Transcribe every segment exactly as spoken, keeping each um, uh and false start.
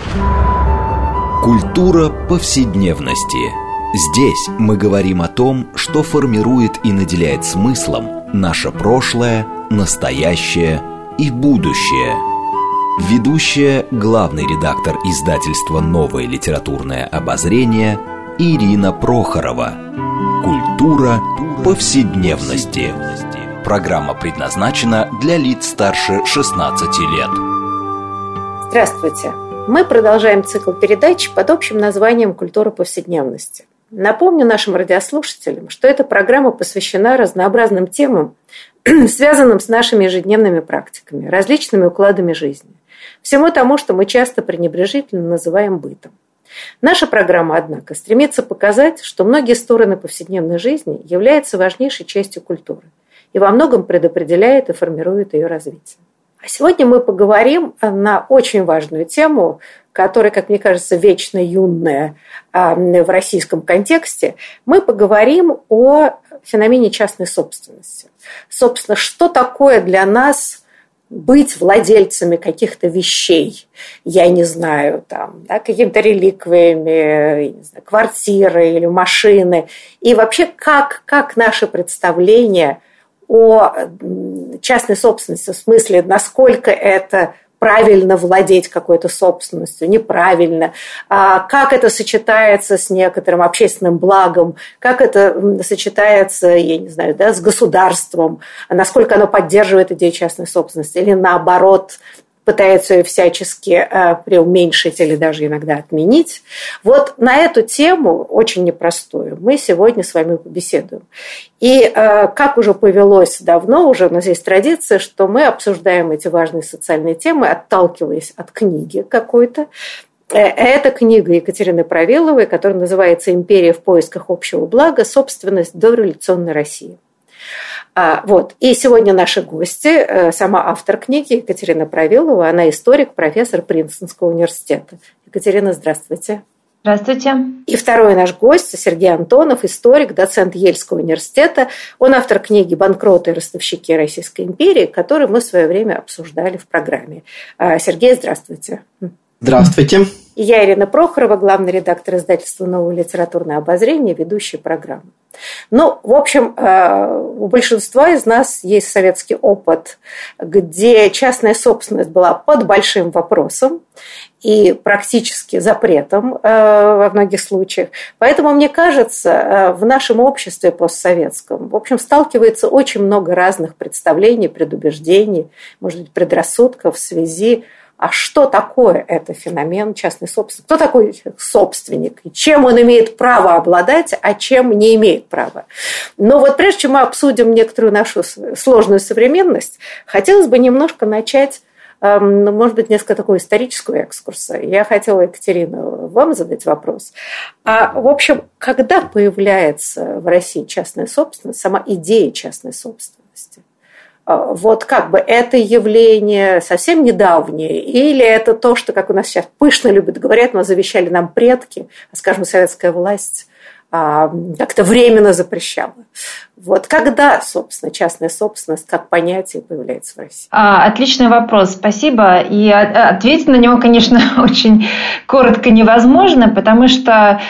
Культура повседневности. Здесь мы говорим о том, что формирует и наделяет смыслом наше прошлое, настоящее и будущее. Ведущая, главный редактор издательства «Новое литературное обозрение» Ирина Прохорова. Культура повседневности. Программа предназначена для лиц старше шестнадцати лет. Здравствуйте. Мы продолжаем цикл передач под общим названием «Культура повседневности». Напомню нашим радиослушателям, что эта программа посвящена разнообразным темам, связанным с нашими ежедневными практиками, различными укладами жизни. Всему тому, что мы часто пренебрежительно называем бытом. Наша программа, однако, стремится показать, что многие стороны повседневной жизни являются важнейшей частью культуры и во многом предопределяет и формирует ее развитие. А сегодня мы поговорим на очень важную тему, которая, как мне кажется, вечно юная в российском контексте. Мы поговорим о феномене частной собственности. Собственно, что такое для нас быть владельцами каких-то вещей, я не знаю, там, да, какими-то реликвиями, не знаю, квартиры или машины, и вообще как, как наше представление о частной собственности, в смысле, насколько это правильно владеть какой-то собственностью, неправильно, как это сочетается с некоторым общественным благом, как это сочетается, я не знаю, да, с государством, насколько оно поддерживает идею частной собственности или наоборот пытается ее всячески преуменьшить или даже иногда отменить. Вот на эту тему, очень непростую, мы сегодня с вами побеседуем. И как уже повелось давно, уже у нас есть традиция, что мы обсуждаем эти важные социальные темы, отталкиваясь от книги какой-то. Это книга Екатерины Правиловой, которая называется «Империя в поисках общего блага. Собственность дореволюционной России». Вот. И сегодня наши гости, сама автор книги Екатерина Правилова, она историк, профессор Принстонского университета. Екатерина, здравствуйте. Здравствуйте. И второй наш гость Сергей Антонов, историк, доцент Ельского университета. Он автор книги «Банкроты и ростовщики Российской империи», которую мы в свое время обсуждали в программе. Сергей, здравствуйте. Здравствуйте. И я, Ирина Прохорова, главный редактор издательства «Новое литературное обозрение», ведущая программы. Ну, в общем, у большинства из нас есть советский опыт, где частная собственность была под большим вопросом и практически запретом во многих случаях. Поэтому, мне кажется, в нашем обществе постсоветском, в общем, сталкивается очень много разных представлений, предубеждений, может быть, предрассудков в связи. А что такое это феномен частной собственности? Кто такой собственник? И чем он имеет право обладать, а чем не имеет права? Но вот прежде чем мы обсудим некоторую нашу сложную современность, хотелось бы немножко начать, может быть, несколько такого исторического экскурса. Я хотела, Екатерина, вам задать вопрос. А, в общем, когда появляется в России частная собственность, сама идея частной собственности? Вот как бы это явление совсем недавнее, или это то, что, как у нас сейчас пышно любят говорить, но завещали нам предки, скажем, советская власть как-то временно запрещала. Вот когда, собственно, частная собственность как понятие появляется в России? Отличный вопрос, спасибо. И ответить на него, конечно, очень коротко невозможно, потому что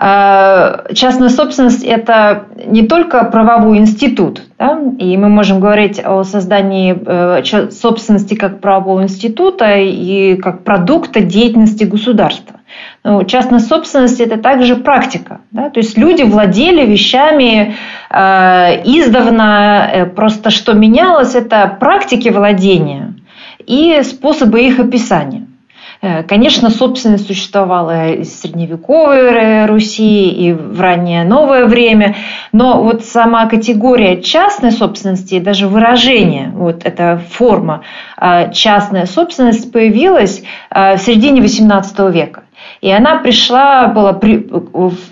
частная собственность – это не только правовой институт, да? И мы можем говорить о создании собственности как правового института и как продукта деятельности государства. Но частная собственность – это также практика. Да? То есть люди владели вещами э, издавна, просто что менялось – это практики владения и способы их описания. Конечно, собственность существовала и в средневековой Руси, и в раннее новое время, но вот сама категория частной собственности, даже выражение, вот эта форма частная собственность появилась в середине восемнадцатого века. И она пришла, была при,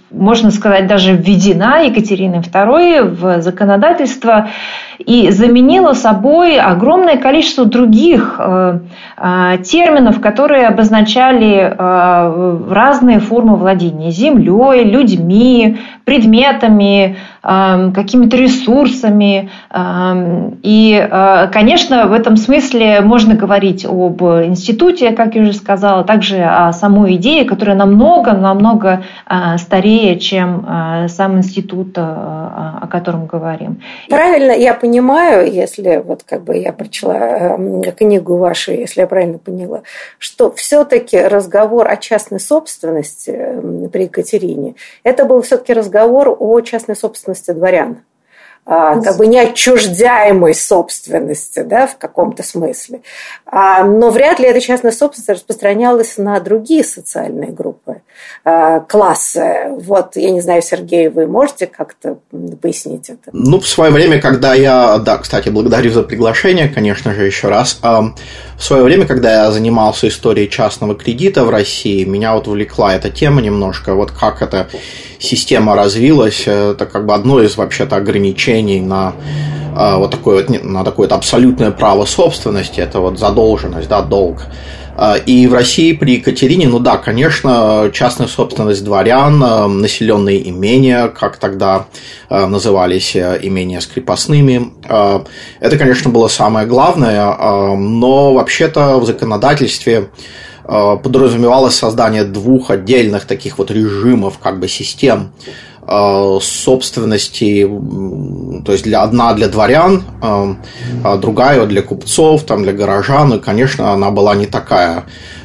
можно сказать, даже введена Екатериной второй в законодательство и заменила собой огромное количество других э, э, терминов, которые обозначали э, разные формы владения землей, людьми, предметами, э, какими-то ресурсами. Э, и, э, конечно, в этом смысле можно говорить об институте, как я уже сказала, также о самой идее, которая намного-намного э, старее, чем э, сам институт, э, о котором говорим. Правильно, я понимаю. Понимаю, если вот как бы я прочла книгу вашу, если я правильно поняла, что все-таки разговор о частной собственности при Екатерине, это был все-таки разговор о частной собственности дворян. Как бы неотчуждаемой собственности, да, в каком-то смысле. Но вряд ли эта частная собственность распространялась на другие социальные группы, классы. Вот, я не знаю, Сергей, вы можете как-то пояснить это? Ну, в свое время, когда я... Да, кстати, благодарю за приглашение, конечно же, еще раз. В свое время, когда я занимался историей частного кредита в России, меня вот увлекла эта тема немножко, вот как эта система развилась. Это как бы одно из вообще-то ограничений на вот такое вот, на такое вот абсолютное право собственности, это вот задолженность, да, долг. И в России при Екатерине, ну да, конечно, частная собственность дворян, населенные имения, как тогда назывались имения с крепостными, это, конечно, было самое главное, но вообще-то в законодательстве подразумевалось создание двух отдельных таких вот режимов, как бы систем собственности, то есть для, одна для дворян, а другая для купцов, там, для горожан, и, конечно, она была не такая,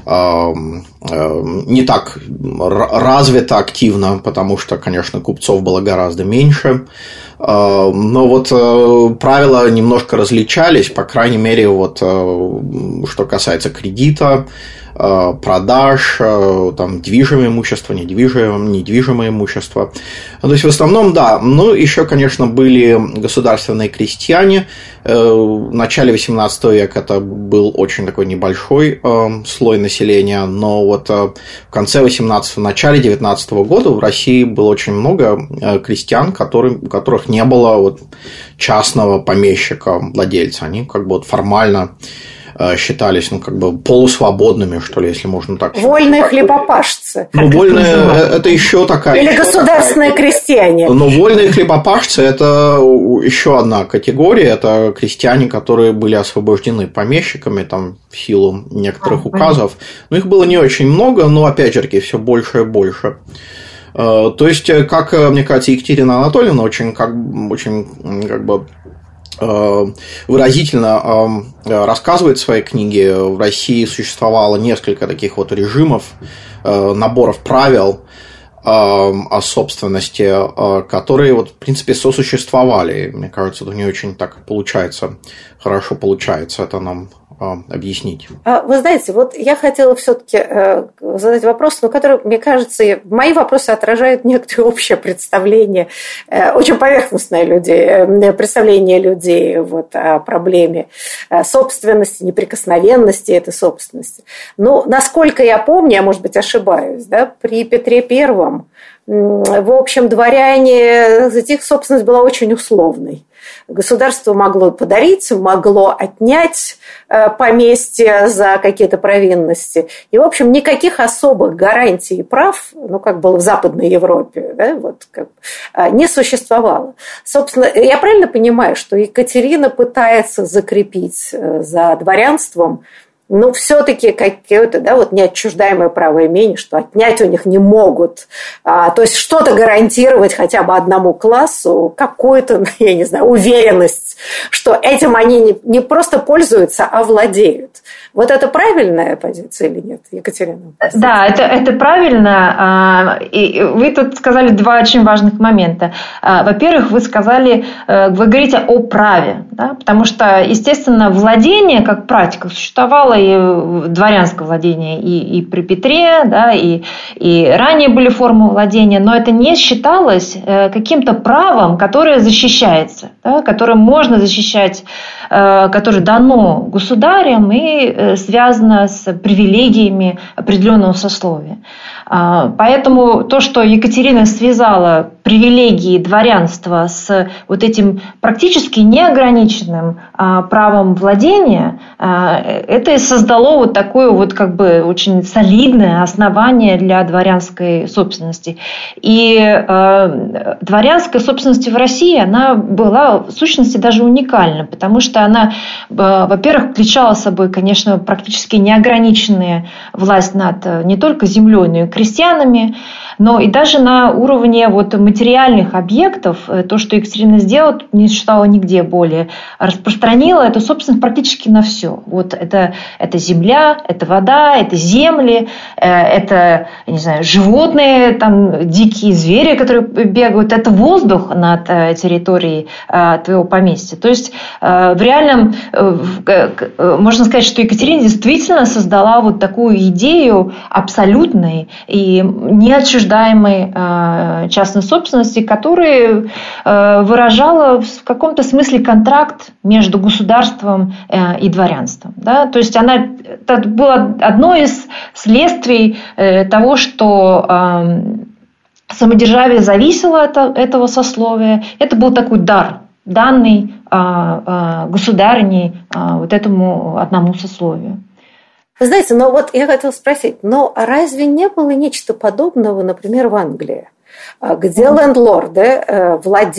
не так развита активно, потому что, конечно, купцов было гораздо меньше, но вот правила немножко различались, по крайней мере, вот что касается кредита, продаж, там, движимое имущество, недвижимое, недвижимое имущество. То есть, в основном, да. Ну, еще, конечно, были государственные крестьяне. В начале восемнадцатого века это был очень такой небольшой слой населения, но вот в конце восемнадцатого, в начале девятнадцатого года в России было очень много крестьян, которые, у которых не было вот частного помещика, владельца. Они как бы вот формально считались, ну, как бы полусвободными, что ли, если можно так сказать. Вольные хлебопашцы. Ну, вольные – это еще такая... Или государственные такая... крестьяне. Но вольные хлебопашцы – это еще одна категория. Это крестьяне, которые были освобождены помещиками, там, в силу некоторых а, указов. Но их было не очень много, но, опять же, все больше и больше. То есть, как мне кажется, Екатерина Анатольевна очень, как, очень, как бы, выразительно рассказывает в своей книге, в России существовало несколько таких вот режимов, наборов правил о собственности, которые вот, в принципе, сосуществовали. Мне кажется, это не очень так получается, хорошо получается это нам объяснить. Вы знаете, вот я хотела все-таки задать вопрос, но который, мне кажется, мои вопросы отражают некоторое общее представление, очень поверхностное людей, представление людей вот, о проблеме собственности, неприкосновенности этой собственности. Но, насколько я помню, я, может быть, ошибаюсь, да, при Петре Первом, в общем, дворяне, их собственность была очень условной. Государство могло подарить, могло отнять поместье за какие-то провинности. И, в общем, никаких особых гарантий и прав, ну, как было в Западной Европе, да, вот, как, не существовало. Собственно, я правильно понимаю, что Екатерина пытается закрепить за дворянством, ну, все-таки какое-то, да, вот неотчуждаемое право имения, что отнять у них не могут. А, то есть что-то гарантировать хотя бы одному классу, какую-то, я не знаю, уверенность, что этим они не, не просто пользуются, а владеют. Вот это правильная позиция или нет, Екатерина? Да, это, это правильно. И вы тут сказали два очень важных момента. Во-первых, вы сказали, вы говорите о праве, да? Потому что, естественно, владение как практика существовало и дворянское владение и, и при Петре, да, и, и ранее были формы владения, но это не считалось каким-то правом, которое защищается, да, которым можно защищать которое дано государям и связано с привилегиями определенного сословия. Поэтому то, что Екатерина связала привилегии дворянства с вот этим практически неограниченным правом владения, это и создало вот такое вот как бы очень солидное основание для дворянской собственности. И дворянская собственность в России, она была в сущности даже уникальна, потому что она, во-первых, включала собой, конечно, практически неограниченную власть над не только землей, но и крестьянами, но и даже на уровне вот материальных объектов, то, что Екатерина сделала, не существовало нигде более, распространила эту собственность практически на все. Вот это, это земля, это вода, это земли, это, я не знаю, животные, там, дикие звери, которые бегают, это воздух над территорией твоего поместья. То есть в реальном, можно сказать, что Екатерина действительно создала вот такую идею абсолютной и неотчуждаемой частной собственности, которая выражала в каком-то смысле контракт между государством и дворянством. Да? То есть она, это было одно из следствий того, что самодержавие зависело от этого сословия. Это был такой дар, данный государыней вот этому одному сословию. Вы знаете, но вот я хотела спросить, но разве не было нечто подобного, например, в Англии, где лендлорды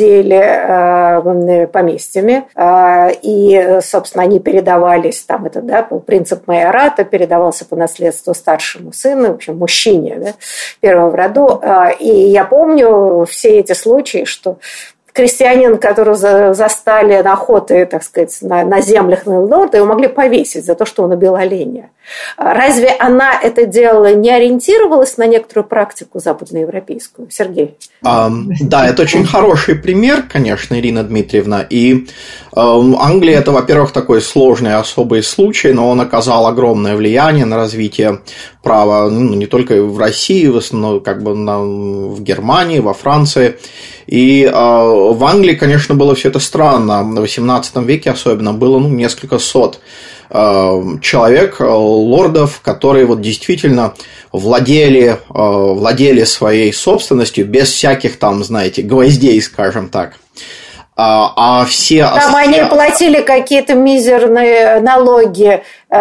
владели поместьями, и, собственно, они передавались, там это, да, принцип майората передавался по наследству старшему сыну, в общем, мужчине, да, первому в роду. И я помню все эти случаи, что крестьянин, которого застали на охоте, так сказать, на, на землях лендлорда, его могли повесить за то, что он убил оленя. Разве она это делала, не ориентировалась на некоторую практику западноевропейскую? Сергей? А, да, это очень хороший пример, конечно, Ирина Дмитриевна. И э, Англия – это, во-первых, такой сложный особый случай, но он оказал огромное влияние на развитие права, ну, не только в России, в основном как бы на, в Германии, во Франции. И э, в Англии, конечно, было все это странно. В восемнадцатом веке особенно было ну, несколько сот э, человек, э, лордов, которые вот действительно владели, э, владели своей собственностью без всяких там, знаете, гвоздей, скажем так. А, а все... Там они платили какие-то мизерные налоги,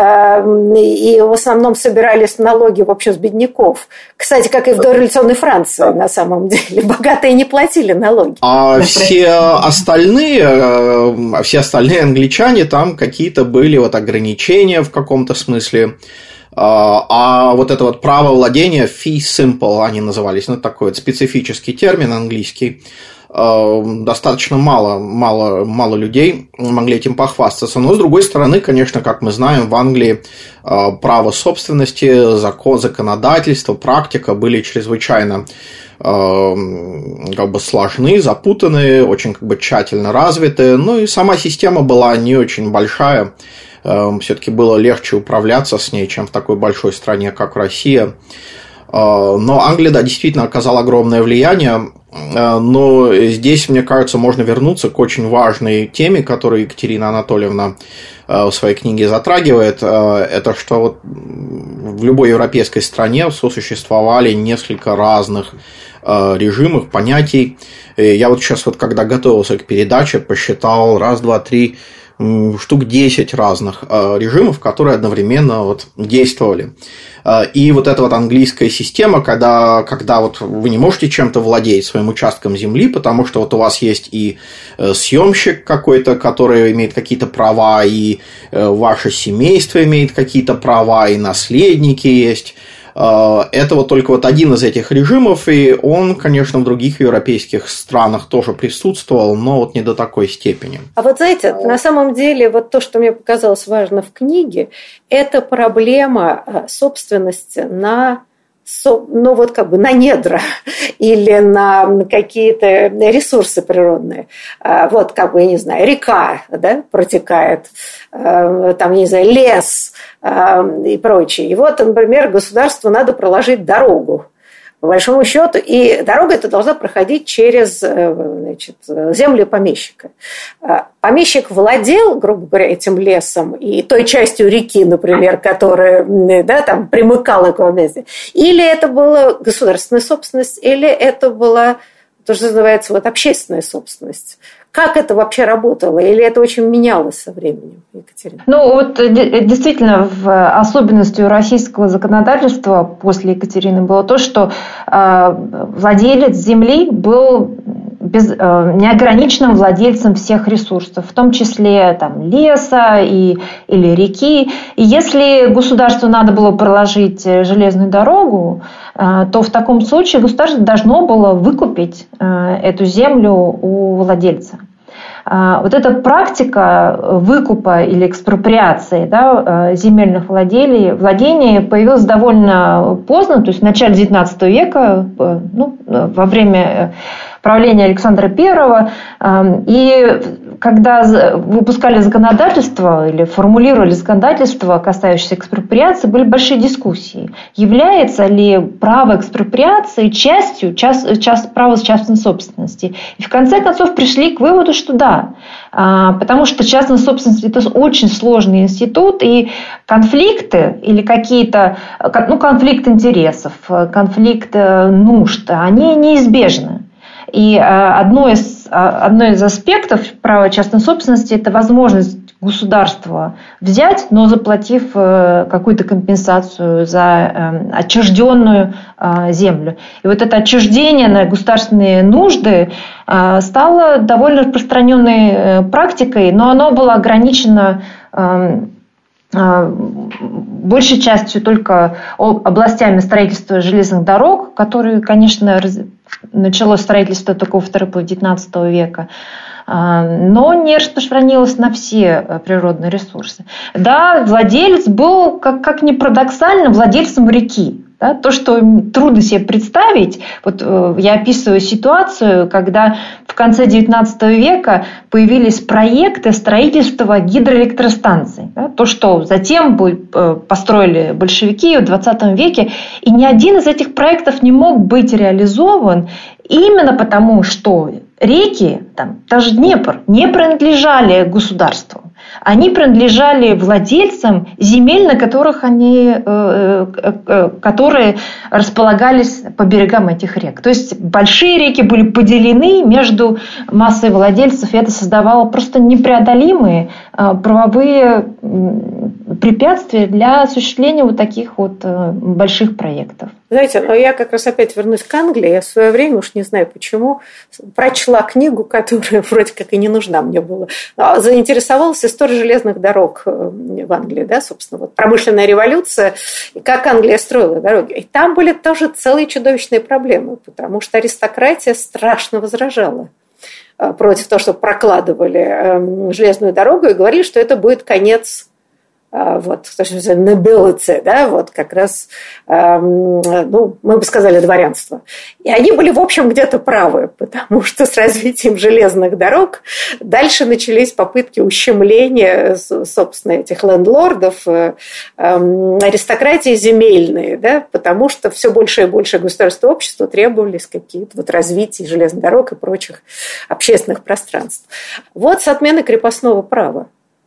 и в основном собирались налоги, в общем, с бедняков. Кстати, как и в дореволюционной Франции, на самом деле. Богатые не платили налоги. А все остальные, все остальные англичане, там какие-то были вот ограничения в каком-то смысле. А вот это вот право владения, fee simple они назывались, ну, такой вот специфический термин английский, достаточно мало, мало, мало людей могли этим похвастаться. Но, с другой стороны, конечно, как мы знаем, в Англии право собственности, закон, законодательство, практика были чрезвычайно как бы сложны, запутаны, очень как бы тщательно развиты. Ну и сама система была не очень большая. Все-таки было легче управляться с ней, чем в такой большой стране, как Россия. Но Англия, да, действительно оказала огромное влияние. Но здесь, мне кажется, можно вернуться к очень важной теме, которую Екатерина Анатольевна в своей книге затрагивает. Это что вот в любой европейской стране сосуществовали несколько разных режимов, понятий. Я вот сейчас, вот, когда готовился к передаче, посчитал раз, два, три, штук десять разных режимов, которые одновременно вот действовали. И вот эта вот английская система, когда, когда вот вы не можете чем-то владеть, своим участком земли, потому что вот у вас есть и съемщик какой-то, который имеет какие-то права, и ваше семейство имеет какие-то права, и наследники есть. Это вот только вот один из этих режимов, и он, конечно, в других европейских странах тоже присутствовал, но вот не до такой степени. А вот знаете, на самом деле, вот то, что мне показалось важно в книге, это проблема собственности на, ну вот как бы на недра или на какие-то ресурсы природные. Вот как бы, я не знаю, река, да, протекает, там, я не знаю, лес и прочее. И вот, например, государству надо проложить дорогу. по большому счету. И дорога эта должна проходить через, значит, земли помещика. Помещик владел, грубо говоря, этим лесом и той частью реки, например, которая, да, там примыкала к его месту. Или это была государственная собственность, или это была то, что называется вот, общественная собственность. Как это вообще работало? Или это очень менялось со временем, Екатерина? Ну, вот действительно, особенностью российского законодательства после Екатерины было то, что э, владелец земли был без, э, неограниченным владельцем всех ресурсов, в том числе там, леса и, или реки. И если государству надо было проложить железную дорогу, э, то в таком случае государство должно было выкупить э, эту землю у владельца. Вот эта практика выкупа или экспроприации, да, земельных владений, владений появилась довольно поздно, то есть в начале девятнадцатого века, ну, во время правления Александра Первого. И когда выпускали законодательство или формулировали законодательство, касающееся экспроприации, были большие дискуссии. Является ли право экспроприации частью част, част, права частной собственности? И в конце концов пришли к выводу, что да. Потому что частная собственность – это очень сложный институт, и конфликты или какие-то, ну, конфликт интересов, конфликт нужд, они неизбежны. И одно из, одно из аспектов права частной собственности – это возможность государства взять, но заплатив какую-то компенсацию за отчужденную землю. И вот это отчуждение на государственные нужды стало довольно распространенной практикой, но оно было ограничено большей частью только областями строительства железных дорог, которые, конечно, началось строительство только во второй половине девятнадцатого века, но не распространилось на все природные ресурсы. Да, владелец был, как, как ни парадоксально, владельцем реки. Да, то, что трудно себе представить, вот э, я описываю ситуацию, когда в конце девятнадцатого века появились проекты строительства гидроэлектростанций. Да, то, что затем э, построили большевики в двадцатом веке, и ни один из этих проектов не мог быть реализован именно потому, что реки, там, даже Днепр, не принадлежали государству. Они принадлежали владельцам земель, на которых они, которые располагались по берегам этих рек. То есть большие реки были поделены между массой владельцев, и это создавало просто непреодолимые правовые препятствия для осуществления вот таких вот больших проектов. Знаете, но я как раз опять вернусь к Англии. Я в свое время, уж не знаю почему, прочла книгу, которая вроде как и не нужна мне была. Заинтересовалась историей железных дорог в Англии, да, собственно, вот промышленная революция, и как Англия строила дороги. И там были тоже целые чудовищные проблемы, потому что аристократия страшно возражала против того, что прокладывали железную дорогу, и говорили, что это будет конец вот, то, что называется nobility, да, вот как раз, ну, мы бы сказали, дворянство. И они были, в общем, где-то правы, потому что с развитием железных дорог дальше начались попытки ущемления, собственно, этих лендлордов, аристократии земельные, да, потому что все больше и больше государства и общества требовались какие-то вот развития железных дорог и прочих общественных пространств. Вот с отменой крепостного права,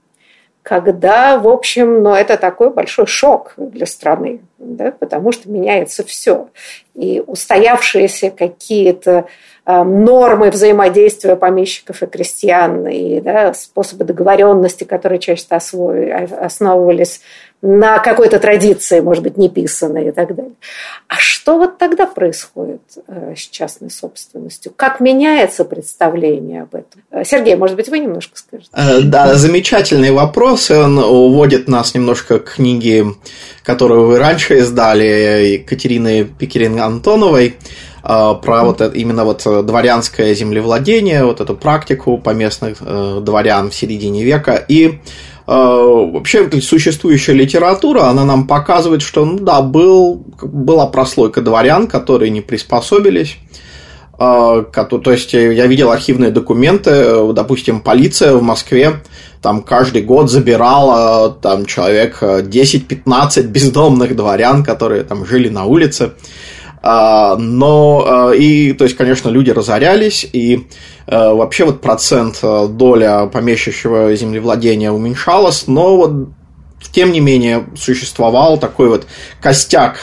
когда, в общем, ну, это такой большой шок для страны, да, потому что меняется все. И устоявшиеся какие-то э, нормы взаимодействия помещиков и крестьян, и да, способы договоренности, которые часто освоили, основывались на какой-то традиции, может быть, неписанной и так далее. А что вот тогда происходит э, с частной собственностью? Как меняется представление об этом? Сергей, может быть, вы немножко скажете? Э, да, замечательный вопрос. Он уводит нас немножко к книге, которую вы раньше издали, Екатерины Пикеринг-Антоновой, э, про вот это, именно вот дворянское землевладение, вот эту практику поместных э, дворян в середине века. И вообще существующая литература, она нам показывает, что, ну да, был, была прослойка дворян, которые не приспособились. То есть я видел архивные документы, допустим, полиция в Москве там каждый год забирала там человек десять-пятнадцать бездомных дворян, которые там жили на улице. Но, и, то есть, конечно, люди разорялись, и вообще вот процент, доля помещичьего землевладения уменьшалась, но вот, тем не менее, существовал такой вот костяк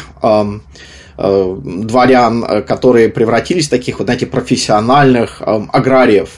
дворян, которые превратились в таких вот, знаете, профессиональных аграриев.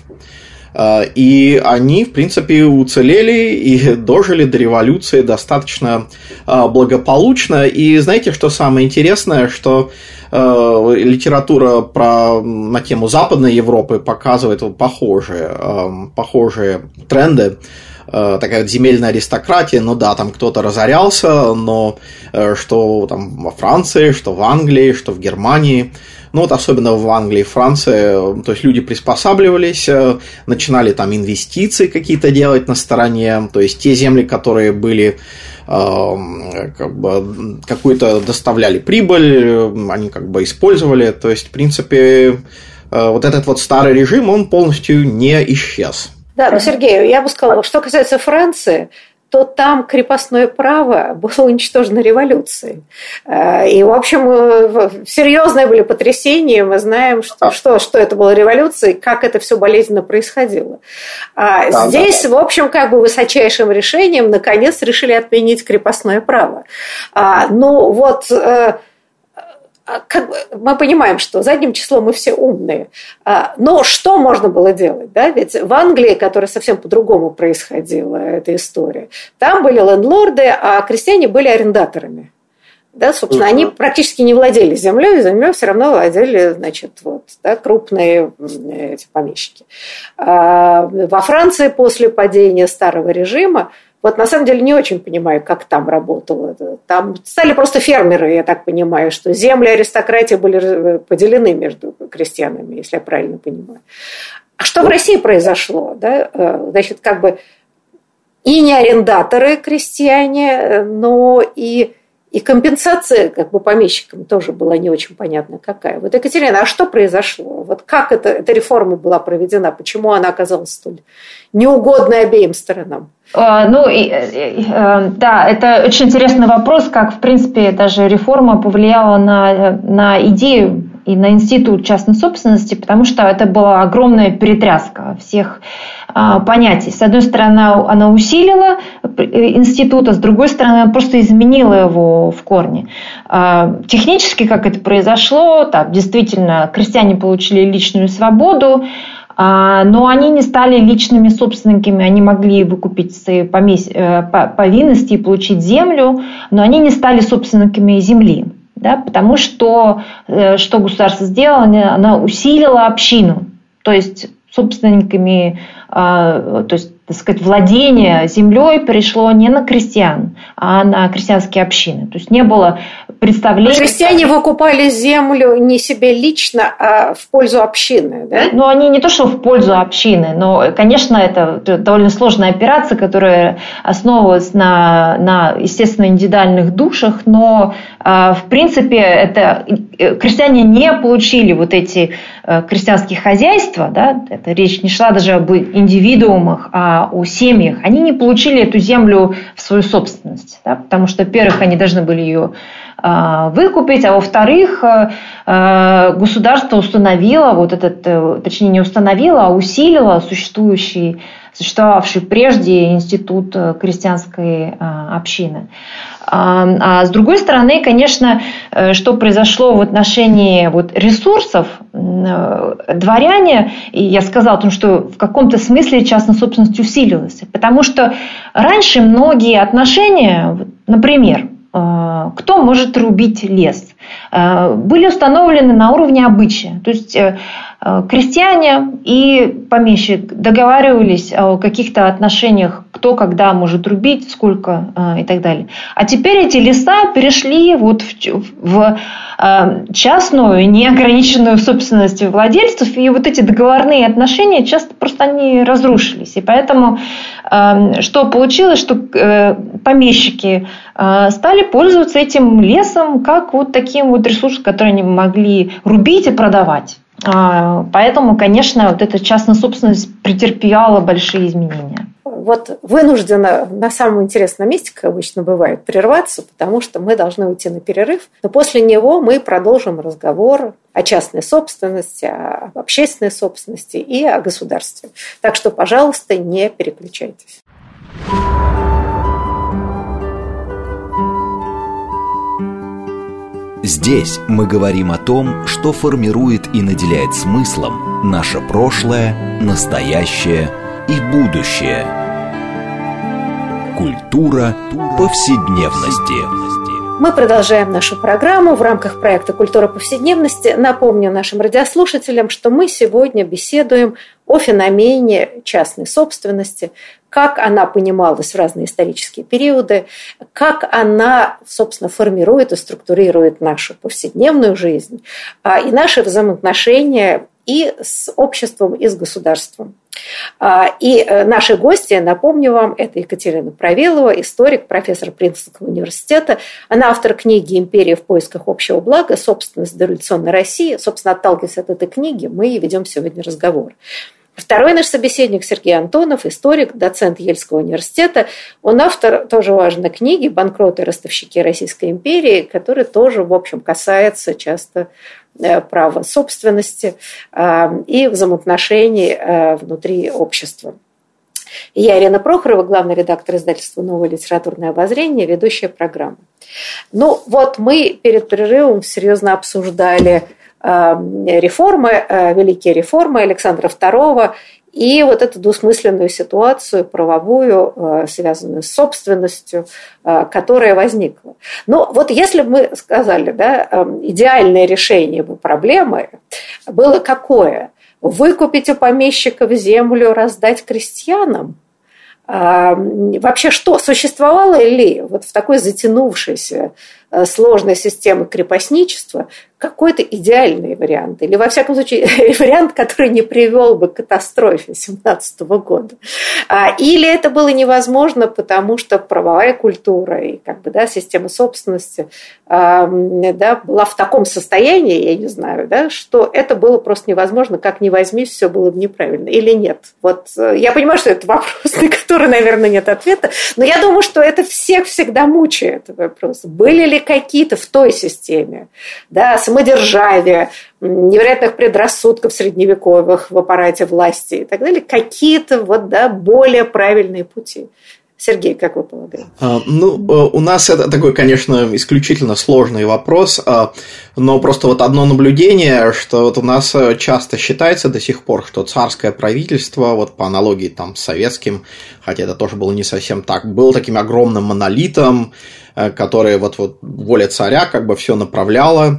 И они, в принципе, уцелели и дожили до революции достаточно благополучно. И знаете, что самое интересное, что литература про, на тему Западной Европы показывает вот похожие, похожие тренды. Такая вот земельная аристократия, ну да, там кто-то разорялся, но что там во Франции, что в Англии, что в Германии, ну вот особенно в Англии и Франции, то есть люди приспосабливались, начинали там инвестиции какие-то делать на стороне, то есть те земли, которые были как бы какую-то доставляли прибыль, они как бы использовали, то есть в принципе вот этот вот старый режим, он полностью не исчез. Да, но, Сергей, я бы сказала, что касается Франции, то там крепостное право было уничтожено революцией. И, в общем, серьезные были потрясения. Мы знаем, что, что, что это была революция и как это все болезненно происходило. А да, здесь, да, да. в общем, как бы высочайшим решением наконец решили отменить крепостное право. А, ну, вот... Как бы мы понимаем, что задним числом мы все умные, но что можно было делать? Да? Ведь в Англии, которая совсем по-другому происходила, эта история, там были лендлорды, а крестьяне были арендаторами. Да, собственно, uh-huh. они практически не владели землей, землей все равно владели, значит, вот, да, крупные эти помещики. А во Франции после падения старого режима, вот на самом деле не очень понимаю, как там работало. Там стали просто фермеры, я так понимаю, что земли аристократии были поделены между крестьянами, если я правильно понимаю. А что в России произошло? Да? Значит, как бы и не арендаторы крестьяне, но и, и компенсация как бы помещикам тоже была не очень понятна какая. Вот, Екатерина, а что произошло? Вот как это, эта реформа была проведена? Почему она оказалась столь неугодной обеим сторонам? Ну, и, и, да, это очень интересный вопрос, как, в принципе, даже реформа повлияла на, на идею и на институт частной собственности, потому что это была огромная перетряска всех а, понятий. С одной стороны, она усилила институт, а с другой стороны, она просто изменила его в корне. А, технически, как это произошло, так, действительно, крестьяне получили личную свободу, но они не стали личными собственниками, они могли выкупить свои повинности и получить землю, но они не стали собственниками земли, да, потому что, что государство сделало, оно усилило общину, то есть собственниками, то есть, так сказать, владение землей перешло не на крестьян, а на крестьянские общины. То есть не было представления... Крестьяне выкупали землю не себе лично, а в пользу общины, да? Ну, они не то, что в пользу общины, но, конечно, это довольно сложная операция, которая основывалась на, на естественно, индивидуальных душах, но, в принципе, это крестьяне не получили вот эти крестьянские хозяйства, да? Это речь не шла даже об индивидуумах, а о семьях, они не получили эту землю в свою собственность, да, потому что, во-первых, они должны были ее э, выкупить, а во-вторых, э, государство установило, вот этот, э, точнее не установило, а усилило существующий, существовавший прежде институт крестьянской э, общины. А, а с другой стороны, конечно, что произошло в отношении вот ресурсов, дворяне, и я сказала о том, что в каком-то смысле частная собственность усилилась, потому что раньше многие отношения, например, кто может рубить лес, были установлены на уровне обычая. То есть крестьяне и помещик договаривались о каких-то отношениях, кто когда может рубить, сколько и так далее. А теперь эти леса перешли вот в, в частную, неограниченную собственность владельцев, и вот эти договорные отношения часто просто они разрушились. И поэтому что получилось, что помещики стали пользоваться этим лесом как вот таким вот ресурсом, который они могли рубить и продавать. Поэтому, конечно, вот эта частная собственность претерпевала большие изменения. вот вынуждена на самом интересном месте, как обычно бывает, прерваться, потому что мы должны уйти на перерыв. Но после него мы продолжим разговор о частной собственности, о общественной собственности и о государстве. Так что, пожалуйста, не переключайтесь. Здесь мы говорим о том, что формирует и наделяет смыслом наше прошлое, настоящее и будущее. Культура повседневности. Мы продолжаем нашу программу в рамках проекта «Культура повседневности». Напомню нашим радиослушателям, что мы сегодня беседуем о феномене частной собственности, как она понималась в разные исторические периоды, как она, собственно, формирует и структурирует нашу повседневную жизнь и наши взаимоотношения и с обществом, и с государством. И наши гости, напомню вам, это Екатерина Правилова, историк, профессор Принстонского университета. Она автор книги «Империя в поисках общего блага. Собственность дореволюционной России». Собственно, отталкиваясь от этой книги, мы и ведем сегодня разговор. Второй наш собеседник Сергей Антонов, историк, доцент Ельского университета. Он автор тоже важной книги «Банкроты и ростовщики Российской империи», которая тоже, в общем, касается часто права собственности и взаимоотношений внутри общества. И я, Ирина Прохорова, главный редактор издательства «Новое литературное обозрение», ведущая программы. Ну вот мы перед перерывом серьезно обсуждали реформы, великие реформы Александра второго и вот эту двусмысленную ситуацию правовую, связанную с собственностью, которая возникла. Но вот если бы мы сказали, да, идеальное решение проблемы было какое? Выкупить у помещиков землю, раздать крестьянам? Вообще что, существовало ли вот в такой затянувшейся сложной системы крепостничества какой-то идеальный вариант? Или, во всяком случае, вариант, который не привел бы к катастрофе семнадцатого года? Или это было невозможно, потому что правовая культура и как бы, да, система собственности да, была в таком состоянии, я не знаю, да, что это было просто невозможно, как ни возьми, все было бы неправильно. Или нет? Вот я понимаю, что это вопрос, на который, наверное, нет ответа, но я думаю, что это всех всегда мучает вопрос. Были ли какие-то в той системе, да, самодержавия, невероятных предрассудков средневековых в аппарате власти и так далее, какие-то вот, да, более правильные пути? Сергей, как вы полагаете? Ну, у нас это такой, конечно, исключительно сложный вопрос, но просто вот одно наблюдение, что вот у нас часто считается до сих пор, что царское правительство, вот по аналогии там с советским, хотя это тоже было не совсем так, было таким огромным монолитом, которое вот, вот воля царя как бы все направляла,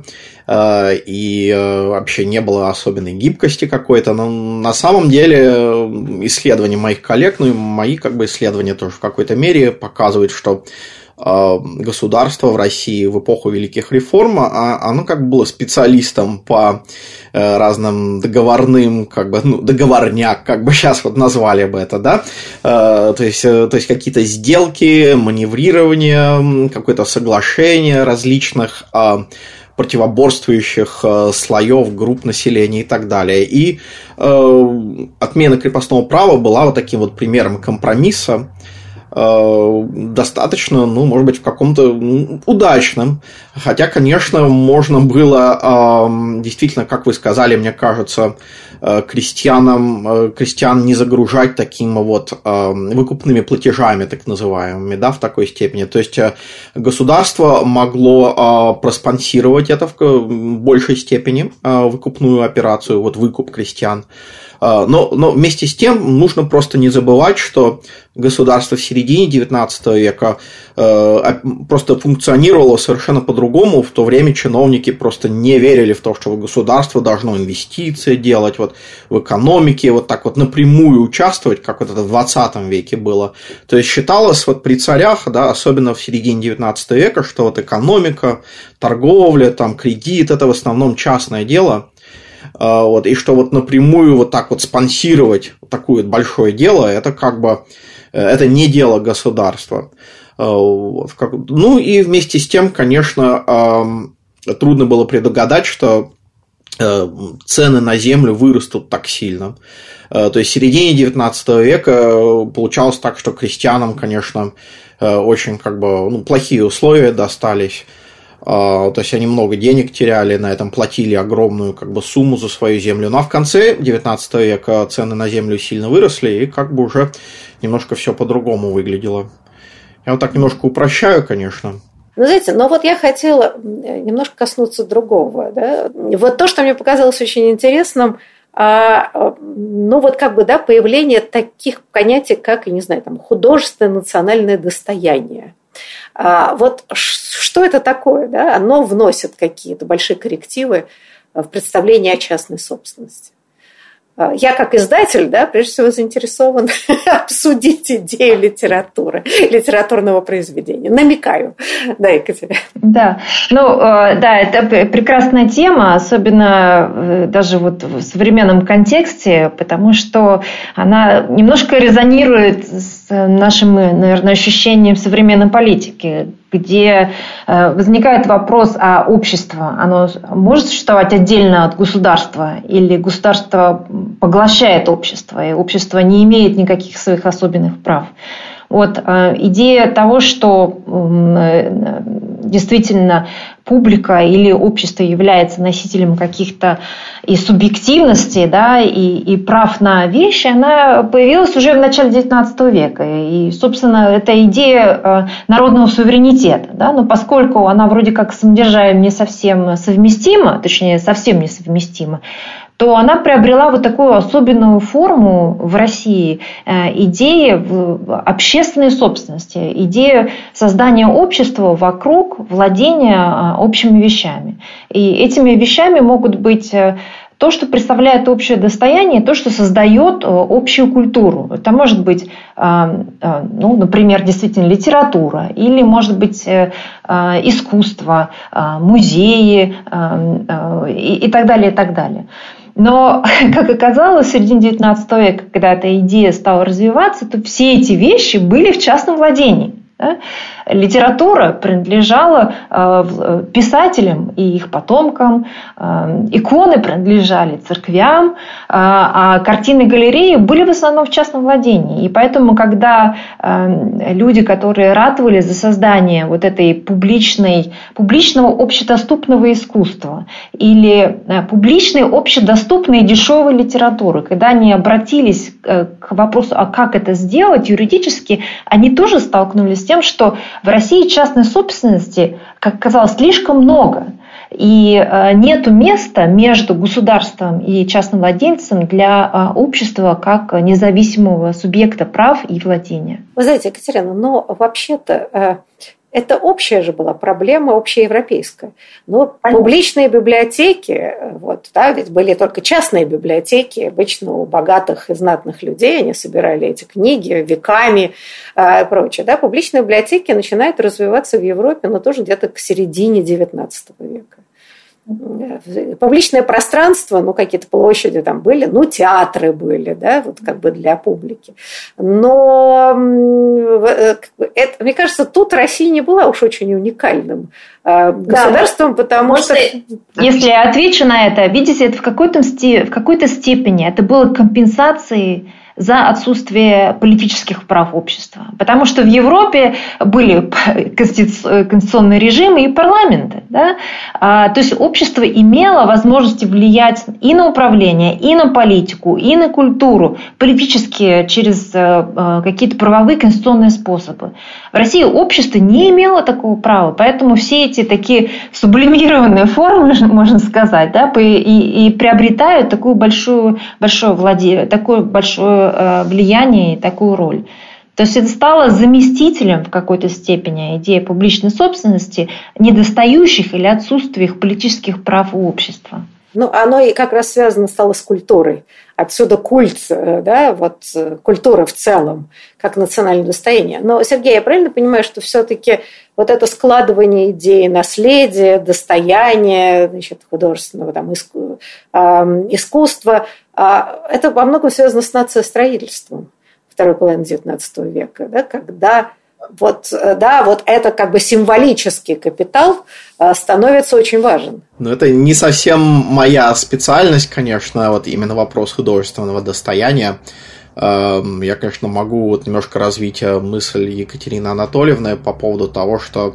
и вообще не было особенной гибкости какой-то. Но на самом деле исследования моих коллег, ну и мои как бы исследования тоже в какой-то мере показывают, что государство в России в эпоху великих реформ, оно как бы было специалистом по разным договорным, как бы, ну, договорняк, как бы сейчас вот назвали бы это, да, то есть, то есть какие-то сделки, маневрирование, какое-то соглашение различных противоборствующих слоев, групп населения и так далее. И э, отмена крепостного права была вот таким вот примером компромисса, э, достаточно, ну, может быть, в каком-то ну, удачном. Хотя, конечно, можно было э, действительно, как вы сказали, мне кажется, э, крестьянам, э, крестьян не загружать такими вот э, выкупными платежами, так называемыми, да, в такой степени. То есть, э, государство могло э, проспонсировать это в большей степени, э, выкупную операцию, вот выкуп крестьян. Но, но вместе с тем нужно просто не забывать, что государство в середине девятнадцатого века э, просто функционировало совершенно по-другому. В то время чиновники просто не верили в то, что государство должно инвестиции делать вот, в экономике, вот так вот напрямую участвовать, как вот это в двадцатом веке было. То есть считалось вот при царях, да, особенно в середине девятнадцатого века, что вот экономика, торговля, там, кредит – это в основном частное дело. Вот, и что вот напрямую вот так вот спонсировать такое большое дело, это как бы это не дело государства. Вот, ну и вместе с тем, конечно, трудно было предугадать, что цены на землю вырастут так сильно. То есть в середине девятнадцатого века получалось так, что крестьянам, конечно, очень как бы, ну, плохие условия достались. То есть они много денег теряли, на этом платили огромную как бы сумму за свою землю. Ну а в конце девятнадцатого века цены на землю сильно выросли, и как бы уже немножко все по-другому выглядело. Я вот так немножко упрощаю, конечно. Ну, знаете, но вот я хотела немножко коснуться другого. Да? Вот то, что мне показалось очень интересным, а, ну, вот как бы, да, появление таких понятий, как, я не знаю, там, художественное национальное достояние. А, вот что это такое? Да? Оно вносит какие-то большие коррективы в представление о частной собственности. Я, как издатель, да, прежде всего заинтересован обсудить идею литературы, литературного произведения. Намекаю. Да, Екатерина. Да, ну, да, это прекрасная тема, особенно даже вот в современном контексте, потому что она немножко резонирует с нашим, наверное, ощущением современной политики, где возникает вопрос, а общество, оно может существовать отдельно от государства, или государство поглощает общество, и общество не имеет никаких своих особенных прав. Вот идея того, что действительно публика или общество является носителем каких-то и субъективностей, да, и, и прав на вещи, она появилась уже в начале девятнадцатого века. И, собственно, это идея народного суверенитета. Да, но поскольку она вроде как с самодержавием не совсем совместима, точнее, совсем не совместима, то она приобрела вот такую особенную форму в России идеи общественной собственности, идею создания общества вокруг владения общими вещами. И этими вещами могут быть то, что представляет общее достояние, то, что создает общую культуру. Это может быть, ну, например, действительно литература, или может быть искусство, музеи и так далее, и так далее. Но, как оказалось, в середине девятнадцатого века, когда эта идея стала развиваться, то все эти вещи были в частном владении. Да? Литература принадлежала э, писателям и их потомкам, э, иконы принадлежали церквям, э, а картины и галереи были в основном в частном владении. И поэтому, когда э, люди, которые ратовали за создание вот этой публичной, публичного общедоступного искусства или э, публичной общедоступной дешевой литературы, когда они обратились э, к вопросу, а как это сделать юридически, они тоже столкнулись с тем, что в России частной собственности, как оказалось, слишком много. И нет места между государством и частным владельцем для общества как независимого субъекта прав и владения. Вы знаете, Екатерина, но вообще-то это общая же была проблема, общеевропейская. Но Понятно. Публичные библиотеки, вот, да, ведь были только частные библиотеки, обычно у богатых и знатных людей, они собирали эти книги веками и прочее. Да, публичные библиотеки начинают развиваться в Европе, но тоже где-то к середине девятнадцатого века. Публичное пространство, ну, какие-то площади там были, ну, театры были, да, вот как бы для публики. Но это, мне кажется, тут Россия не была уж очень уникальным государством, да, потому может, что... Если я отвечу на это, видите, это в какой-то, в какой-то степени это было компенсацией за отсутствие политических прав общества. Потому что в Европе были конституционные режимы и парламенты. Да? А, то есть общество имело возможности влиять и на управление, и на политику, и на культуру, политически через а, какие-то правовые конституционные способы. В России общество не имело такого права, поэтому все эти такие сублимированные формы, можно сказать, да, и, и приобретают такую большую, большое владение, такое большое влияние и такую роль. То есть это стало заместителем в какой-то степени идеи публичной собственности, недостающих или отсутствующих политических прав у общества. Ну, оно и как раз связано стало с культурой. Отсюда культ, да, вот культура в целом, как национальное достояние. Но, Сергей, я правильно понимаю, что все-таки вот это складывание идеи наследия, достояния, значит, художественного там, искусства, это во многом связано с нациостроительством второй половины девятнадцатого века, да, когда вот, да, вот это как бы символический капитал становится очень важен. Ну, это не совсем моя специальность, конечно, вот именно вопрос художественного достояния. Я, конечно, могу вот немножко развить мысль Екатерины Анатольевны по поводу того, что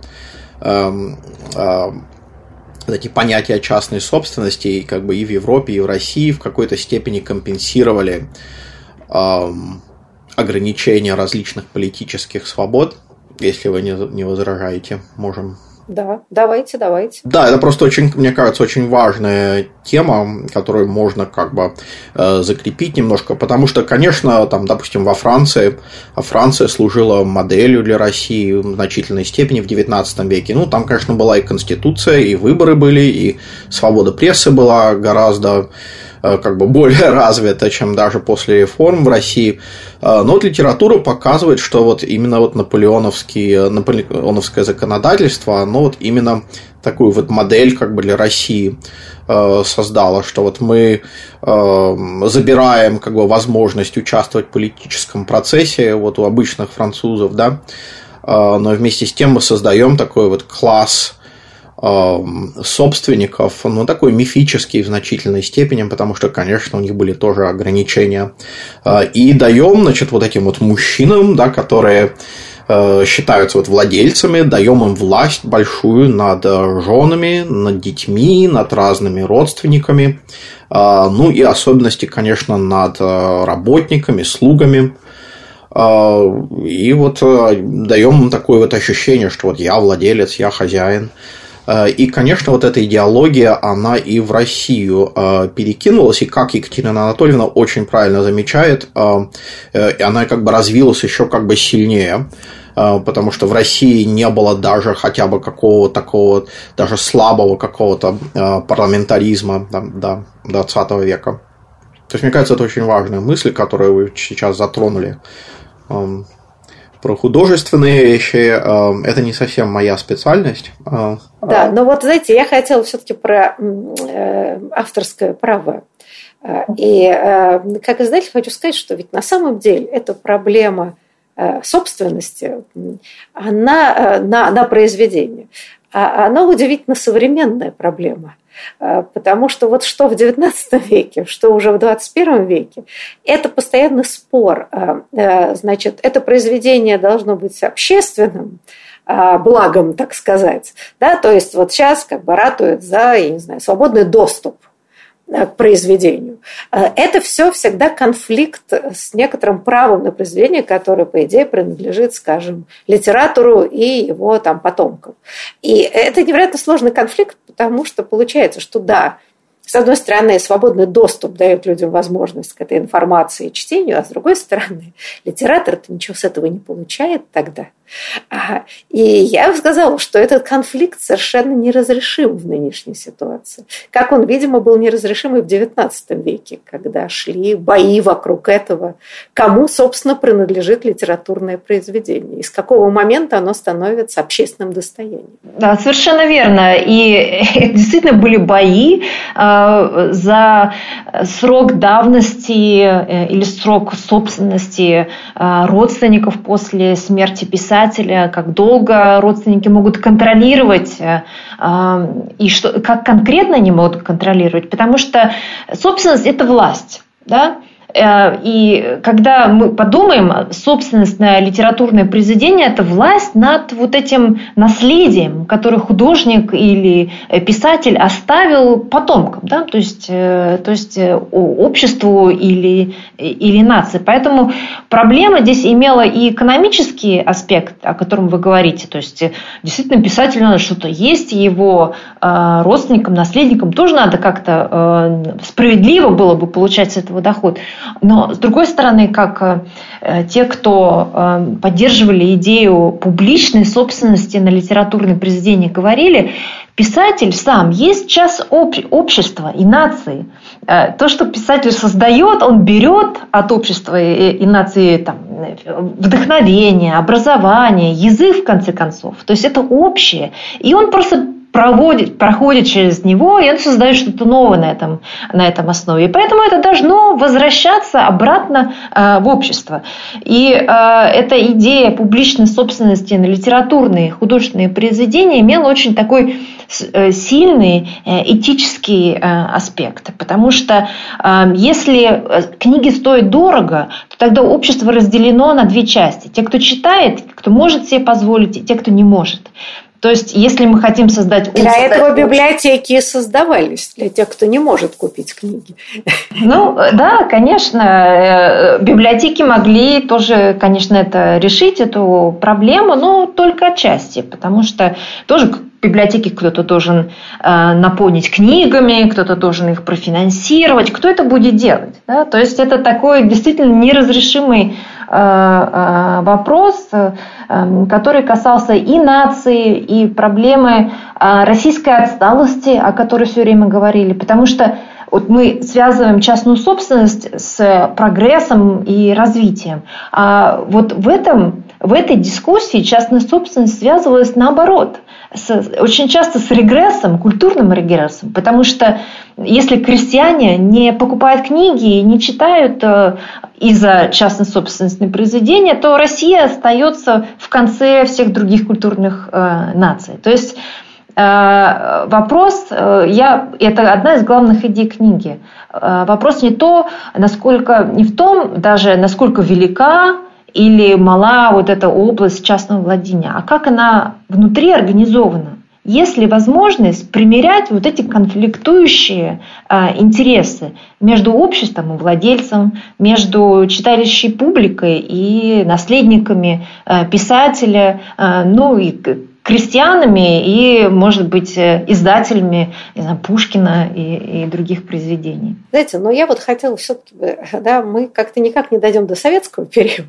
эти понятия частной собственности как бы и в Европе, и в России в какой-то степени компенсировали ограничения различных политических свобод. Если вы не, не возражаете, можем... Да, давайте, давайте. Да, это просто очень, мне кажется, очень важная тема, которую можно как бы э, закрепить немножко, потому что, конечно, там, допустим, во Франции, а Франция служила моделью для России в значительной степени в девятнадцатом веке. Ну, там, конечно, была и конституция, и выборы были, и свобода прессы была гораздо как бы более развита, чем даже после реформ в России. Но вот литература показывает, что вот именно вот наполеоновские, наполеоновское законодательство, оно вот именно такую вот модель как бы для России создало, что вот мы забираем как бы возможность участвовать в политическом процессе вот у обычных французов, да, но вместе с тем мы создаем такой вот класс собственников, ну, такой мифический в значительной степени, потому что, конечно, у них были тоже ограничения. И даем, значит, вот этим вот мужчинам, да, которые считаются вот владельцами, даем им власть большую над женами, над детьми, над разными родственниками, ну и особенности, конечно, над работниками, слугами. И вот даем им такое вот ощущение, что вот я владелец, я хозяин. И, конечно, вот эта идеология, она и в Россию перекинулась, и, как Екатерина Анатольевна очень правильно замечает, она как бы развилась еще как бы сильнее, потому что в России не было даже хотя бы какого-то такого, даже слабого какого-то парламентаризма до двадцатого века. То есть, мне кажется, это очень важная мысль, которую вы сейчас затронули. Про художественные вещи это не совсем моя специальность. Да, но вот, знаете, я хотела все-таки про авторское право. И как издатель хочу сказать, что ведь на самом деле эта проблема собственности, она на, на произведение, она удивительно современная проблема. Потому что вот что в девятнадцатом веке, что уже в двадцать первом веке, это постоянный спор. Значит, это произведение должно быть общественным благом, так сказать. Да? То есть вот сейчас как бы ратуют за, я не знаю, свободный доступ к произведению. Это все всегда конфликт с некоторым правом на произведение, которое, по идее, принадлежит, скажем, литератору и его там потомкам. И это невероятно сложный конфликт, потому что получается, что да, с одной стороны, свободный доступ дает людям возможность к этой информации и чтению, а с другой стороны, литератор-то ничего с этого не получает тогда. И я бы сказала, что этот конфликт совершенно неразрешим в нынешней ситуации. Как он, видимо, был неразрешим и в девятнадцатом веке, когда шли бои вокруг этого, кому, собственно, принадлежит литературное произведение, и с какого момента оно становится общественным достоянием. Да, совершенно верно. И действительно были бои за срок давности или срок собственности родственников после смерти писателя, как долго родственники могут контролировать и что, как конкретно они могут контролировать, потому что собственность – это власть, да? И когда мы подумаем, собственность на литературное произведение – это власть над вот этим наследием, которое художник или писатель оставил потомкам, да? то есть, то есть обществу или, или нации. Поэтому проблема здесь имела и экономический аспект, о котором вы говорите. То есть действительно писателю надо что-то есть, его родственникам, наследникам тоже надо как-то справедливо было бы получать с этого доход. Но, с другой стороны, как э, те, кто э, поддерживали идею публичной собственности на литературные произведения, говорили, писатель сам есть часть об, общества и нации. Э, то, что писатель создает, он берет от общества и, и нации там, вдохновение, образование, язык, в конце концов. То есть это общее. И он просто проводит, проходит через него, и он создает что-то новое на этом, на этом основе. И поэтому это должно возвращаться обратно э, в общество. И э, эта идея публичной собственности на литературные и художественные произведения имела очень такой э, сильный э, этический э, аспект. Потому что э, если книги стоят дорого, то тогда общество разделено на две части. Те, кто читает, кто может себе позволить, и те, кто не может. То есть, если мы хотим создать... Для этого библиотеки и создавались, для тех, кто не может купить книги. Ну, да, конечно, библиотеки могли тоже, конечно, это решить, эту проблему, но только отчасти, потому что тоже библиотеки кто-то должен э, наполнить книгами, кто-то должен их профинансировать. Кто это будет делать? Да? То есть, это такой действительно неразрешимый вопрос, который касался и нации, и проблемы российской отсталости, о которой все время говорили, потому что вот мы связываем частную собственность с прогрессом и развитием, а вот в этом, в этой дискуссии частная собственность связывалась наоборот, с, очень часто с регрессом, культурным регрессом, потому что если крестьяне не покупают книги и не читают из-за частной собственности произведения, то Россия остается в конце всех других культурных э, наций. То есть э, вопрос, э, я, это одна из главных идей книги. Э, вопрос не то, насколько, не в том даже, насколько велика или мала вот эта область частного владения, а как она внутри организована. Есть ли возможность примирять вот эти конфликтующие а, интересы между обществом и владельцем, между читающей публикой и наследниками а, писателя, а, ну и крестьянами и, может быть, издателями, не знаю, Пушкина и, и других произведений? Знаете, но я вот хотела все-таки, да, мы как-то никак не дойдем до советского периода,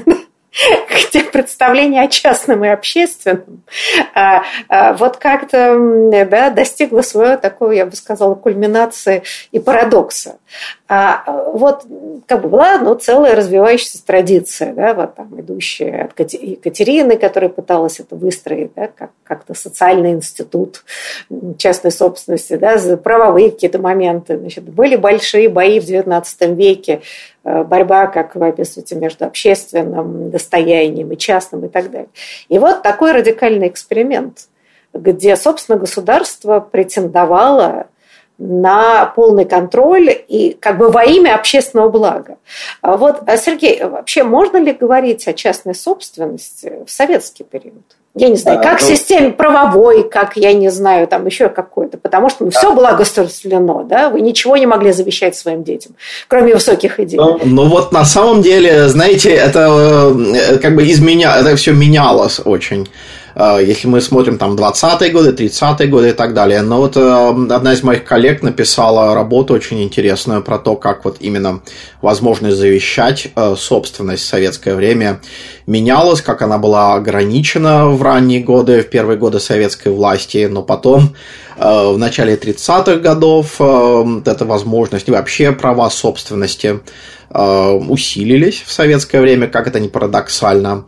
где представление о частном и общественном а, а, вот как-то да, достигло своего такого, я бы сказала, кульминации и парадокса. А, вот как бы была ну, целая развивающаяся традиция, да, вот там идущая от Екатерины, которая пыталась это выстроить, да, как, как-то социальный институт частной собственности, да, правовые какие-то моменты. Значит, были большие бои в девятнадцатом веке, борьба, как вы описываете, между общественным достоянием и частным и так далее. И вот такой радикальный эксперимент, где, собственно, государство претендовало на полный контроль и как бы во имя общественного блага. Вот, Сергей, вообще можно ли говорить о частной собственности в советский период? Я не знаю, как в системе правовой, как, я не знаю, там еще какой-то, потому что ну, все было государственно, да, вы ничего не могли завещать своим детям, кроме высоких идей. Ну, ну вот на самом деле, знаете, это как бы изменя... это все менялось очень. Если мы смотрим там двадцатые годы, тридцатые годы и так далее. Но вот одна из моих коллег написала работу очень интересную про то, как вот именно возможность завещать собственность в советское время менялась, как она была ограничена в ранние годы, в первые годы советской власти, но потом в начале тридцатых годов эта возможность и вообще права собственности усилились в советское время, как это ни парадоксально.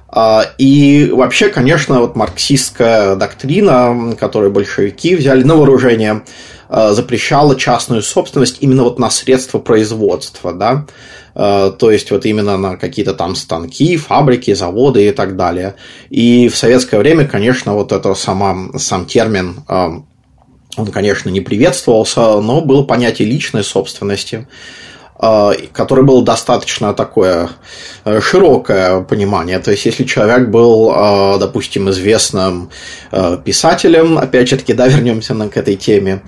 И вообще, конечно, вот марксистская доктрина, которую большевики взяли на вооружение, запрещала частную собственность именно вот на средства производства, да, то есть вот именно на какие-то там станки, фабрики, заводы и так далее. И в советское время, конечно, вот это сама, сам термин, он, конечно, не приветствовался, но было понятие личной собственности, которое было достаточно такое широкое понимание. То есть, если человек был, допустим, известным писателем, опять же таки, да, вернемся к этой теме,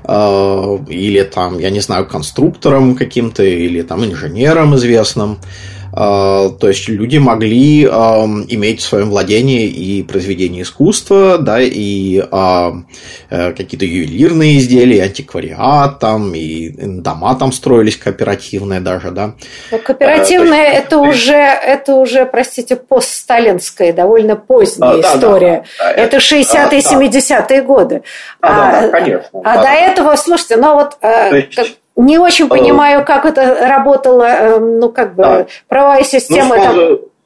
или там, я не знаю, конструктором каким-то, или там инженером известным, то есть люди могли э, иметь в своем владении и произведения искусства, да, и э, какие-то ювелирные изделия, антиквариат, там, и дома там строились кооперативные даже, да. Но кооперативные э, это, есть... уже, это уже, простите, постсталинская, довольно поздняя а, история. Да, да, да, это шестидесятые, семидесятые годы. Да, а, да, да, конечно. А да, до да. этого, слушайте, ну вот... Э, есть... Не очень понимаю, как это работало, ну, как бы, да. правовая система. Ну,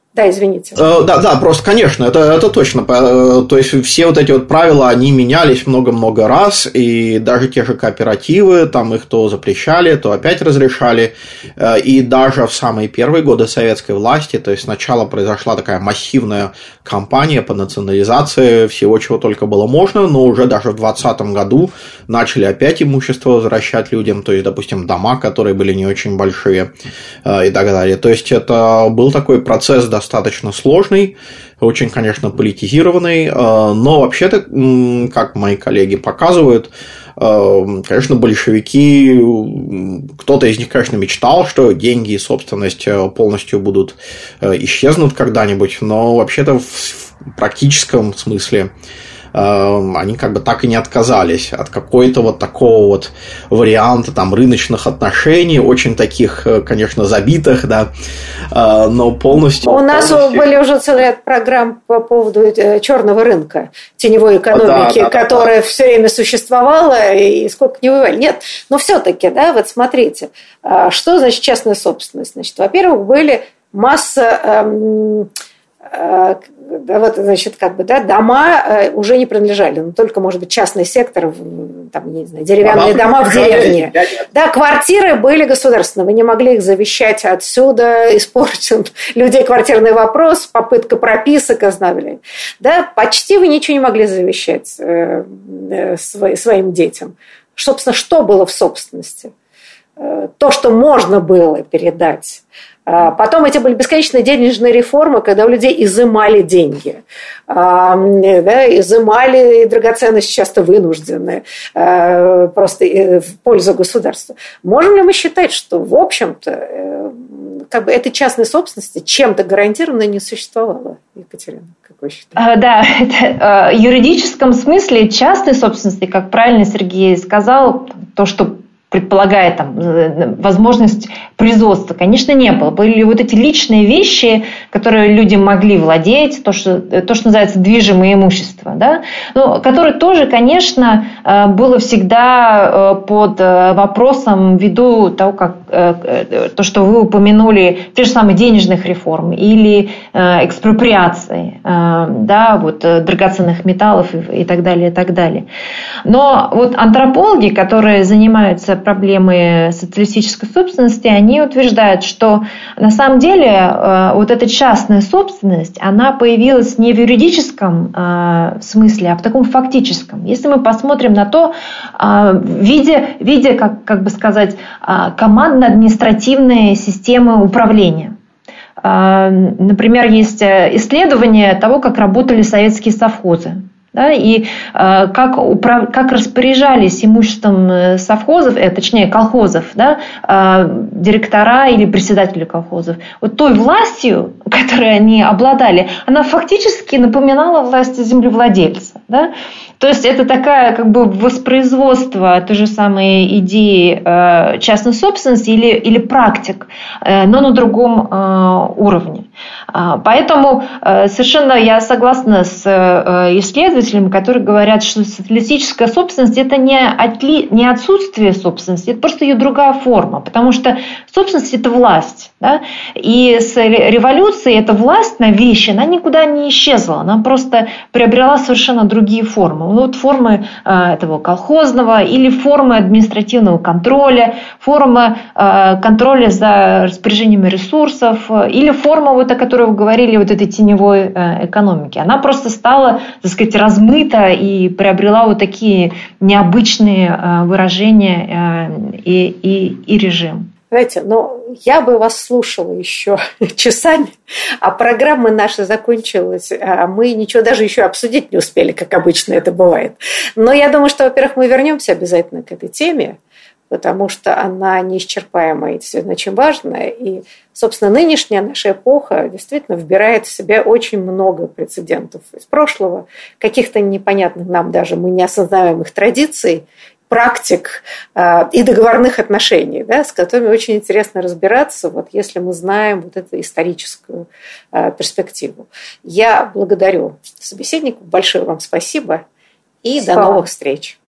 Да, извините. Э, да, да, просто, конечно, это, это точно. То есть, все вот эти вот правила, они менялись много-много раз, и даже те же кооперативы, там их то запрещали, то опять разрешали. И даже в самые первые годы советской власти, то есть, сначала произошла такая массивная кампания по национализации всего, чего только было можно, но уже даже в двадцатом году начали опять имущество возвращать людям, то есть, допустим, дома, которые были не очень большие и так далее. То есть, это был такой процесс достаточно сложный, очень, конечно, политизированный, но вообще-то, как мои коллеги показывают, конечно, большевики, кто-то из них, конечно, мечтал, что деньги и собственность полностью будут исчезнут когда-нибудь, но вообще-то в практическом смысле они как бы так и не отказались от какой-то вот такого вот варианта там рыночных отношений, очень таких, конечно, забитых, да, но полностью... У нас полностью... были уже целый ряд программ по поводу черного рынка, теневой экономики, да, да, которая да, да. все время существовала и сколько не воевали. Нет, но все-таки, да, вот смотрите, что значит частная собственность? Значит, во-первых, были масса... Эм, Да, вот, значит, как бы, да, дома уже не принадлежали, но только, может быть, частный сектор, там, не знаю, деревянные дома в деревне. Да, квартиры были государственные, вы не могли их завещать отсюда, испорчен людей квартирный вопрос, попытка прописок, ознавления. Да, почти вы ничего не могли завещать своим детям. Собственно, что было в собственности? То, что можно было передать. Потом эти были бесконечные денежные реформы, когда у людей изымали деньги, да, изымали драгоценности, часто вынужденные, просто в пользу государства. Можем ли мы считать, что, в общем-то, как бы этой частной собственности чем-то гарантированно не существовало, Екатерина? Как вы считаете? Да, это, в юридическом смысле частной собственности, как правильно Сергей сказал, то, что предполагает там, возможность производства, конечно, не было. Были вот эти личные вещи, которые люди могли владеть, то, что, то, что называется движимое имущество, да? Но, которое тоже, конечно, было всегда под вопросом ввиду того, как то, что вы упомянули, те же самые денежных реформ или экспроприации, да, вот, драгоценных металлов и так далее, и так далее. Но вот антропологи, которые занимаются проблемой социалистической собственности, они утверждают, что на самом деле вот эта частная собственность, она появилась не в юридическом смысле, а в таком фактическом. Если мы посмотрим на то, в виде, в виде как, как бы сказать, командно-административной системы управления. Например, есть исследование того, как работали советские совхозы. Да, и э, как, управ... как распоряжались имуществом совхозов, э, точнее колхозов, да, э, директора или председатели колхозов. Вот той властью, которой они обладали, она фактически напоминала власть землевладельца. Да? То есть это такая как бы воспроизводство той же самой идеи э, частной собственности или, или практик, э, но на другом э, уровне. Поэтому совершенно я согласна с исследователями, которые говорят, что социалистическая собственность – это не, отли... не отсутствие собственности, это просто ее другая форма, потому что собственность – это власть. Да? И с революцией эта власть на вещи, она никуда не исчезла, она просто приобрела совершенно другие формы. Вот формы этого колхозного или формы административного контроля, формы контроля за распоряжением ресурсов или форма, вот, о которой вы говорили, вот этой теневой экономики. Она просто стала, так сказать, размыта и приобрела вот такие необычные выражения и, и, и режим. Знаете, ну, я бы вас слушала еще часами, а программа наша закончилась, а мы ничего даже еще обсудить не успели, как обычно это бывает. Но я думаю, что, во-первых, мы вернемся обязательно к этой теме, потому что она неисчерпаемая и действительно очень важная. И, собственно, нынешняя наша эпоха действительно вбирает в себя очень много прецедентов из прошлого, каких-то непонятных нам даже, мы не осознаем их традиций, практик э, и договорных отношений, да, с которыми очень интересно разбираться, вот, если мы знаем вот эту историческую э, перспективу. Я благодарю собеседников, большое вам спасибо и спасибо. До новых встреч.